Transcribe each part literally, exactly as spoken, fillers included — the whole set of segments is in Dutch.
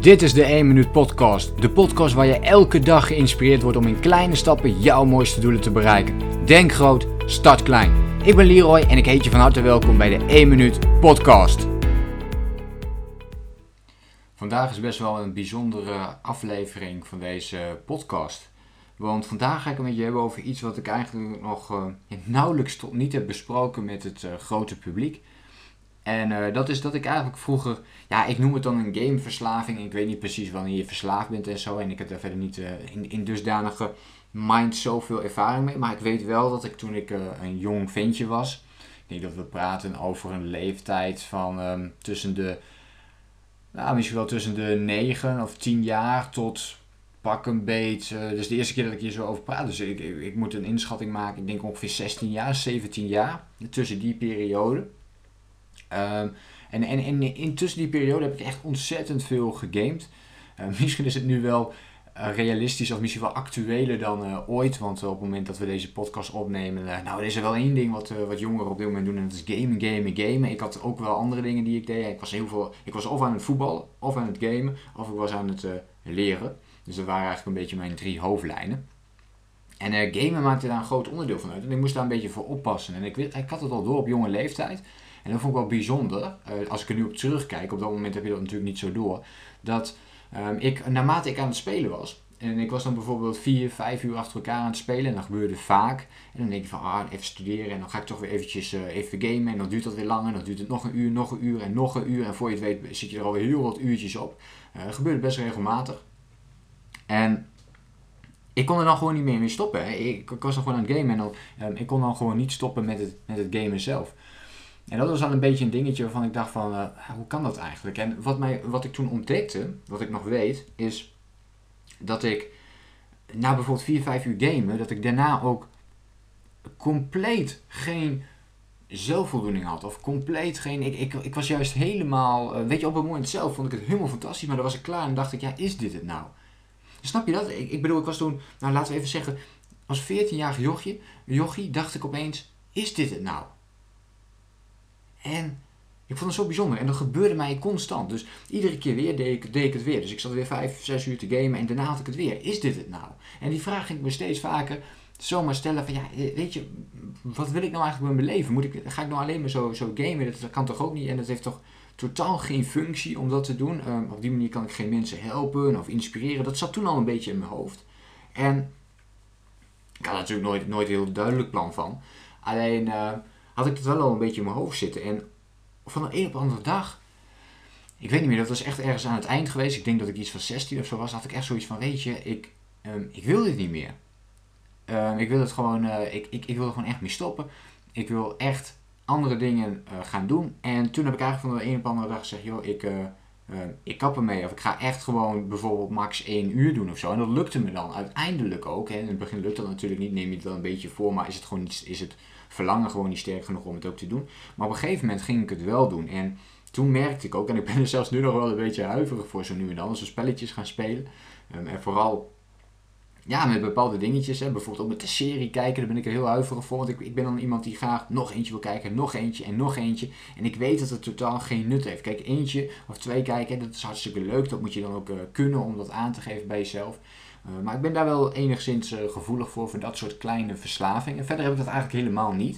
Dit is de één minuut podcast. De podcast waar je elke dag geïnspireerd wordt om in kleine stappen jouw mooiste doelen te bereiken. Denk groot, start klein. Ik ben Leroy en ik heet je van harte welkom bij de één minuut podcast. Vandaag is best wel een bijzondere aflevering van deze podcast. Want vandaag ga ik het met je hebben over iets wat ik eigenlijk nog uh, nauwelijks tot niet heb besproken met het uh, grote publiek. En uh, dat is dat ik eigenlijk vroeger, ja, ik noem het dan een gameverslaving. Ik weet niet precies wanneer je verslaafd bent en zo. En ik heb daar verder niet uh, in, in dusdanige mind zoveel ervaring mee. Maar ik weet wel dat ik toen ik uh, een jong ventje was. Ik denk dat we praten over een leeftijd van um, tussen de, nou, misschien wel tussen de negen of tien jaar tot pak een beet. Uh, dus de eerste keer dat ik hier zo over praat. Dus ik, ik, ik moet een inschatting maken. Ik denk ongeveer zestien jaar, zeventien jaar. Tussen die periode. Um, en, en, en intussen die periode heb ik echt ontzettend veel gegamed. Uh, misschien is het nu wel uh, realistisch of misschien wel actueler dan uh, ooit. Want uh, op het moment dat we deze podcast opnemen, uh, nou er is er wel één ding wat, uh, wat jongeren op dit moment doen. En dat is gamen, gamen, gamen. Ik had ook wel andere dingen die ik deed. Ik was, heel veel, ik was of aan het voetballen, of aan het gamen, of ik was aan het uh, leren. Dus dat waren eigenlijk een beetje mijn drie hoofdlijnen. En uh, gamen maakte daar een groot onderdeel van uit. En ik moest daar een beetje voor oppassen. En ik, ik had het al door op jonge leeftijd. En dat vond ik wel bijzonder, uh, als ik er nu op terugkijk, op dat moment heb je dat natuurlijk niet zo door, dat um, ik, naarmate ik aan het spelen was, en ik was dan bijvoorbeeld vier, vijf uur achter elkaar aan het spelen, en dat gebeurde vaak, en dan denk je van, ah, even studeren, en dan ga ik toch weer eventjes uh, even gamen, en dan duurt dat weer langer, en dan duurt het nog een uur, nog een uur, en nog een uur, en voor je het weet zit je er alweer heel wat uurtjes op. Uh, dat gebeurde best regelmatig. En ik kon er dan gewoon niet meer mee stoppen. Hè. Ik, ik was dan gewoon aan het gamen, en dan, um, ik kon dan gewoon niet stoppen met het, met het gamen zelf. En dat was dan een beetje een dingetje waarvan ik dacht van, uh, hoe kan dat eigenlijk? En wat, mij, wat ik toen ontdekte, wat ik nog weet, is dat ik na bijvoorbeeld vier, vijf uur gamen, dat ik daarna ook compleet geen zelfvoldoening had. Of compleet geen, ik, ik, ik was juist helemaal, uh, weet je, op het moment zelf vond ik het helemaal fantastisch, maar dan was ik klaar en dacht ik, ja, is dit het nou? Snap je dat? Ik, ik bedoel, ik was toen, nou laten we even zeggen, als veertienjarig jochie, jochie dacht ik opeens, is dit het nou? En ik vond het zo bijzonder. En dat gebeurde mij constant. Dus iedere keer weer deed ik, deed ik het weer. Dus ik zat weer vijf, zes uur te gamen en daarna had ik het weer. Is dit het nou? En die vraag ging ik me steeds vaker zomaar stellen van, ja, weet je, wat wil ik nou eigenlijk met mijn leven? Moet ik, ga ik nou alleen maar zo, zo gamen? Dat, dat kan toch ook niet? En dat heeft toch totaal geen functie om dat te doen? Um, op die manier kan ik geen mensen helpen of inspireren. Dat zat toen al een beetje in mijn hoofd. En ik had er natuurlijk nooit, nooit een heel duidelijk plan van. Alleen Uh, had ik het wel al een beetje in mijn hoofd zitten. En van de een op de andere dag, ik weet niet meer, dat was echt ergens aan het eind geweest. Ik denk dat ik iets van zestien of zo was. Had ik echt zoiets van, weet je, ik, um, ik wil dit niet meer. Um, ik wil het gewoon, uh, ik, ik, ik wil er gewoon echt mee stoppen. Ik wil echt andere dingen uh, gaan doen. En toen heb ik eigenlijk van de een op de andere dag gezegd, joh, ik, uh, uh, ik kap ermee. Of ik ga echt gewoon bijvoorbeeld max één uur doen of zo. En dat lukte me dan uiteindelijk ook. Hè. In het begin lukt dat natuurlijk niet, neem je het dan een beetje voor. Maar is het gewoon niet, is het verlangen gewoon niet sterk genoeg om het ook te doen. Maar op een gegeven moment ging ik het wel doen. En toen merkte ik ook, en ik ben er zelfs nu nog wel een beetje huiverig voor zo nu en dan, als we spelletjes gaan spelen. Um, en vooral ja, met bepaalde dingetjes. Hè. Bijvoorbeeld ook met de serie kijken, daar ben ik er heel huiverig voor. Want ik, ik ben dan iemand die graag nog eentje wil kijken, nog eentje en nog eentje. En ik weet dat het totaal geen nut heeft. Kijk, eentje of twee kijken, dat is hartstikke leuk. Dat moet je dan ook uh, kunnen om dat aan te geven bij jezelf. Uh, maar ik ben daar wel enigszins uh, gevoelig voor, voor dat soort kleine verslavingen. Verder heb ik dat eigenlijk helemaal niet.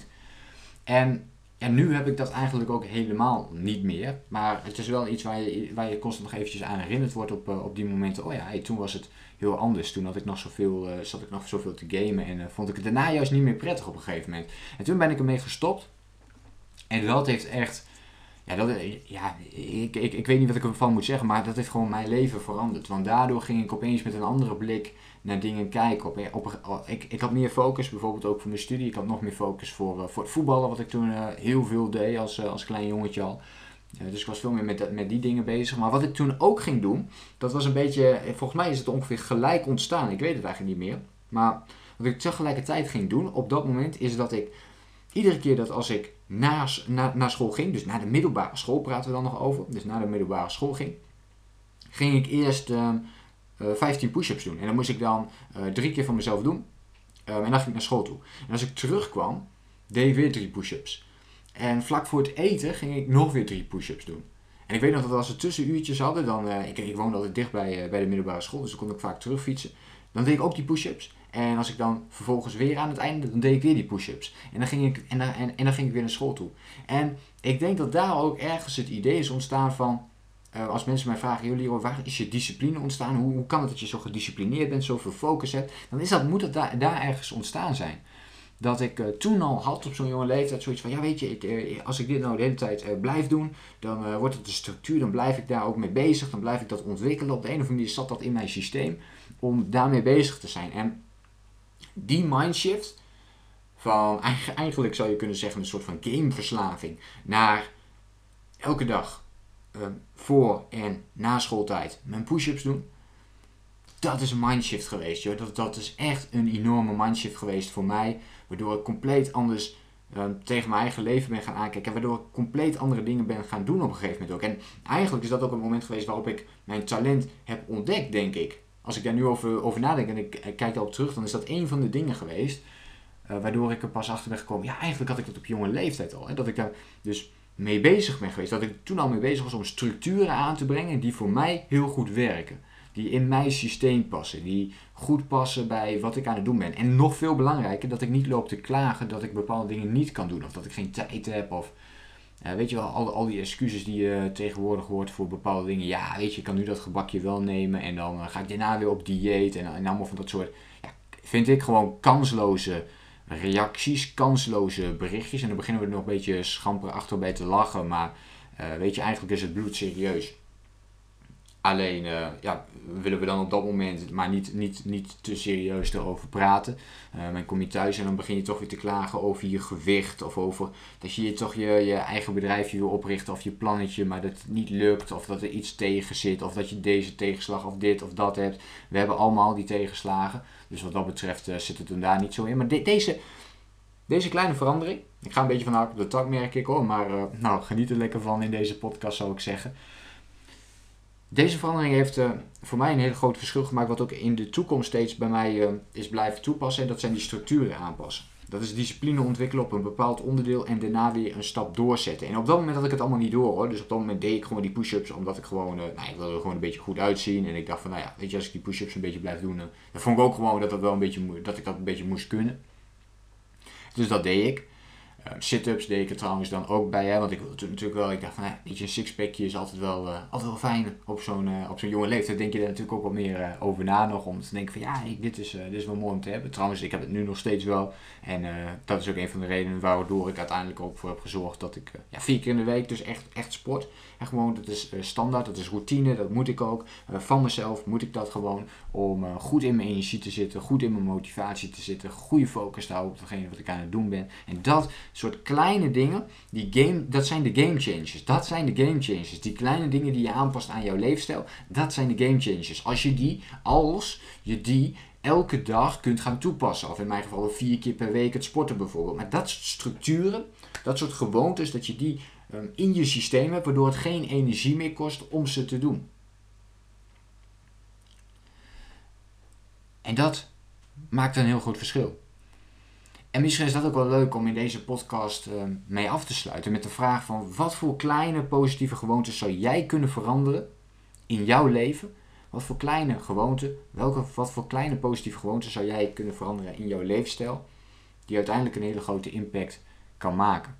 En ja, nu heb ik dat eigenlijk ook helemaal niet meer. Maar het is wel iets waar je, waar je constant nog eventjes aan herinnerd wordt op, uh, op die momenten. Oh ja, hey, toen was het heel anders. Toen had ik nog zoveel, uh, zat ik nog zoveel te gamen en uh, vond ik het daarna juist niet meer prettig op een gegeven moment. En toen ben ik ermee gestopt. En dat heeft echt, ja, dat, ja ik, ik, ik weet niet wat ik ervan moet zeggen, maar dat heeft gewoon mijn leven veranderd. Want daardoor ging ik opeens met een andere blik naar dingen kijken. Op, op, op, ik, ik had meer focus, bijvoorbeeld ook voor mijn studie. Ik had nog meer focus voor, uh, voor het voetballen, wat ik toen uh, heel veel deed als, uh, als klein jongetje al. Uh, dus ik was veel meer met, met die dingen bezig. Maar wat ik toen ook ging doen, dat was een beetje, volgens mij is het ongeveer gelijk ontstaan. Ik weet het eigenlijk niet meer. Maar wat ik tegelijkertijd ging doen op dat moment, is dat ik iedere keer dat als ik naar, naar, naar school ging, dus naar de middelbare school praten we dan nog over, dus naar de middelbare school ging, ging ik eerst uh, uh, vijftien push-ups doen. En dan moest ik dan uh, drie keer van mezelf doen. Um, en dan ging ik naar school toe. En als ik terugkwam, deed ik weer drie push-ups. En vlak voor het eten ging ik nog weer drie push-ups doen. En ik weet nog dat als we tussenuurtjes hadden, dan, uh, ik, ik woonde altijd dicht bij, uh, bij de middelbare school, dus dan kon ik vaak terugfietsen. Dan deed ik ook die push-ups. En als ik dan vervolgens weer aan het einde, dan deed ik weer die push-ups. En dan ging ik, en dan, en, en dan ging ik weer naar school toe. En ik denk dat daar ook ergens het idee is ontstaan van, uh, als mensen mij vragen, joh Leroy, waar is je discipline ontstaan? Hoe, hoe kan het dat je zo gedisciplineerd bent, zoveel focus hebt? Dan is dat, moet het daar, daar ergens ontstaan zijn. Dat ik uh, toen al had op zo'n jonge leeftijd zoiets van, ja weet je, ik, uh, als ik dit nou de hele tijd uh, blijf doen, dan uh, wordt het een structuur, dan blijf ik daar ook mee bezig, dan blijf ik dat ontwikkelen. Op de een of andere manier zat dat in mijn systeem om daarmee bezig te zijn. En die mindshift van, eigenlijk zou je kunnen zeggen, een soort van gameverslaving, naar elke dag uh, voor en na schooltijd mijn push-ups doen. Dat is een mindshift geweest, joh. Dat, dat is echt een enorme mindshift geweest voor mij. Waardoor ik compleet anders uh, tegen mijn eigen leven ben gaan aankijken. En waardoor ik compleet andere dingen ben gaan doen op een gegeven moment ook. En eigenlijk is dat ook een moment geweest waarop ik mijn talent heb ontdekt, denk ik. Als ik daar nu over, over nadenk en ik, ik kijk daarop terug, dan is dat een van de dingen geweest. Uh, waardoor ik er pas achter ben gekomen. Ja, eigenlijk had ik dat op jonge leeftijd al. Hè, dat ik daar dus mee bezig ben geweest. Dat ik toen al mee bezig was om structuren aan te brengen die voor mij heel goed werken. Die in mijn systeem passen, die goed passen bij wat ik aan het doen ben. En nog veel belangrijker, dat ik niet loop te klagen dat ik bepaalde dingen niet kan doen. Of dat ik geen tijd heb. Of uh, weet je wel, al, al die excuses die je uh, tegenwoordig hoort voor bepaalde dingen. Ja, weet je, ik kan nu dat gebakje wel nemen en dan uh, ga ik daarna weer op dieet. En, en allemaal van dat soort, ja, vind ik gewoon kansloze reacties, kansloze berichtjes. En dan beginnen we er nog een beetje schamperachtig bij te lachen. Maar uh, weet je, eigenlijk is het bloedserieus. Alleen uh, ja, willen we dan op dat moment maar niet, niet, niet te serieus erover praten. Uh, dan kom je thuis en dan begin je toch weer te klagen over je gewicht. Of over dat je toch je, je eigen bedrijfje wil oprichten of je plannetje, maar dat het niet lukt. Of dat er iets tegen zit. Of dat je deze tegenslag of dit of dat hebt. We hebben allemaal die tegenslagen. Dus wat dat betreft uh, zit het er daar niet zo in. Maar de, deze, deze kleine verandering. Ik ga een beetje van de hak op de tak, merk ik hoor. Maar uh, nou, geniet er lekker van in deze podcast, zou ik zeggen. Deze verandering heeft uh, voor mij een hele groot verschil gemaakt, wat ook in de toekomst steeds bij mij uh, is blijven toepassen. En dat zijn die structuren aanpassen. Dat is discipline ontwikkelen op een bepaald onderdeel en daarna weer een stap doorzetten. En op dat moment had ik het allemaal niet door hoor. Dus op dat moment deed ik gewoon die push-ups omdat ik gewoon, uh, nou, ik wilde er gewoon een beetje goed uitzien. En ik dacht van, nou ja, weet je, als ik die push-ups een beetje blijf doen, uh, dan vond ik ook gewoon dat, dat, wel een beetje, dat ik dat een beetje moest kunnen. Dus dat deed ik. Uh, sit-ups deed ik er trouwens dan ook bij, hè, want ik wilde natuurlijk wel, ik dacht van, ja, weet je, een sixpackje is altijd wel, uh, altijd wel fijn op zo'n, uh, op zo'n jonge leeftijd. Denk je daar natuurlijk ook wat meer uh, over na nog, om te denken van, ja, hey, dit, is, uh, dit is wel mooi om te hebben. Trouwens, ik heb het nu nog steeds wel en uh, dat is ook een van de redenen waardoor ik uiteindelijk ook voor heb gezorgd dat ik uh, ja, vier keer in de week dus echt, echt sport. En gewoon, dat is uh, standaard, dat is routine, dat moet ik ook. Uh, van mezelf moet ik dat gewoon om uh, goed in mijn energie te zitten, goed in mijn motivatie te zitten, goede focus te houden op datgene wat ik aan het doen ben. En dat soort kleine dingen, die game, dat zijn de game changers. Dat zijn de game changers. Die kleine dingen die je aanpast aan jouw leefstijl, dat zijn de game changers. Als je die, als je die elke dag kunt gaan toepassen. Of in mijn geval vier keer per week het sporten bijvoorbeeld. Maar dat soort structuren, dat soort gewoontes, dat je die um, in je systeem hebt, waardoor het geen energie meer kost om ze te doen. En dat maakt een heel groot verschil. En misschien is dat ook wel leuk om in deze podcast uh, mee af te sluiten met de vraag van wat voor kleine positieve gewoontes zou jij kunnen veranderen in jouw leven? Wat voor kleine gewoonten, welke, wat voor kleine positieve gewoonten zou jij kunnen veranderen in jouw levensstijl die uiteindelijk een hele grote impact kan maken?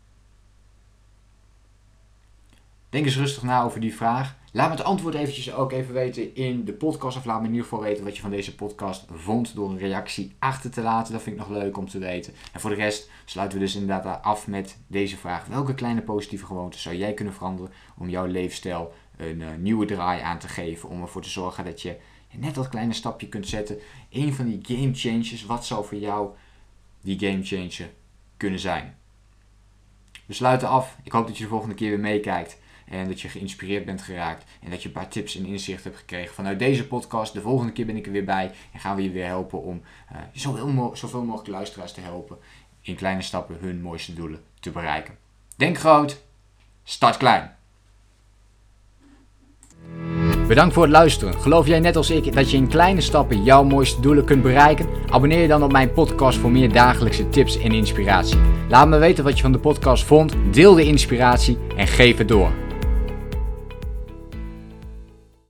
Denk eens rustig na over die vraag. Laat me het antwoord eventjes ook even weten in de podcast. Of laat me in ieder geval weten wat je van deze podcast vond door een reactie achter te laten. Dat vind ik nog leuk om te weten. En voor de rest sluiten we dus inderdaad af met deze vraag. Welke kleine positieve gewoontes zou jij kunnen veranderen om jouw levensstijl een uh, nieuwe draai aan te geven? Om ervoor te zorgen dat je net dat kleine stapje kunt zetten. Een van die game changers. Wat zou voor jou die game changer kunnen zijn? We sluiten af. Ik hoop dat je de volgende keer weer meekijkt. En dat je geïnspireerd bent geraakt. En dat je een paar tips en inzichten hebt gekregen vanuit deze podcast. De volgende keer ben ik er weer bij. En gaan we je weer helpen om uh, zoveel, mo- zoveel mogelijk luisteraars te helpen. In kleine stappen hun mooiste doelen te bereiken. Denk groot. Start klein. Bedankt voor het luisteren. Geloof jij net als ik dat je in kleine stappen jouw mooiste doelen kunt bereiken? Abonneer je dan op mijn podcast voor meer dagelijkse tips en inspiratie. Laat me weten wat je van de podcast vond. Deel de inspiratie en geef het door.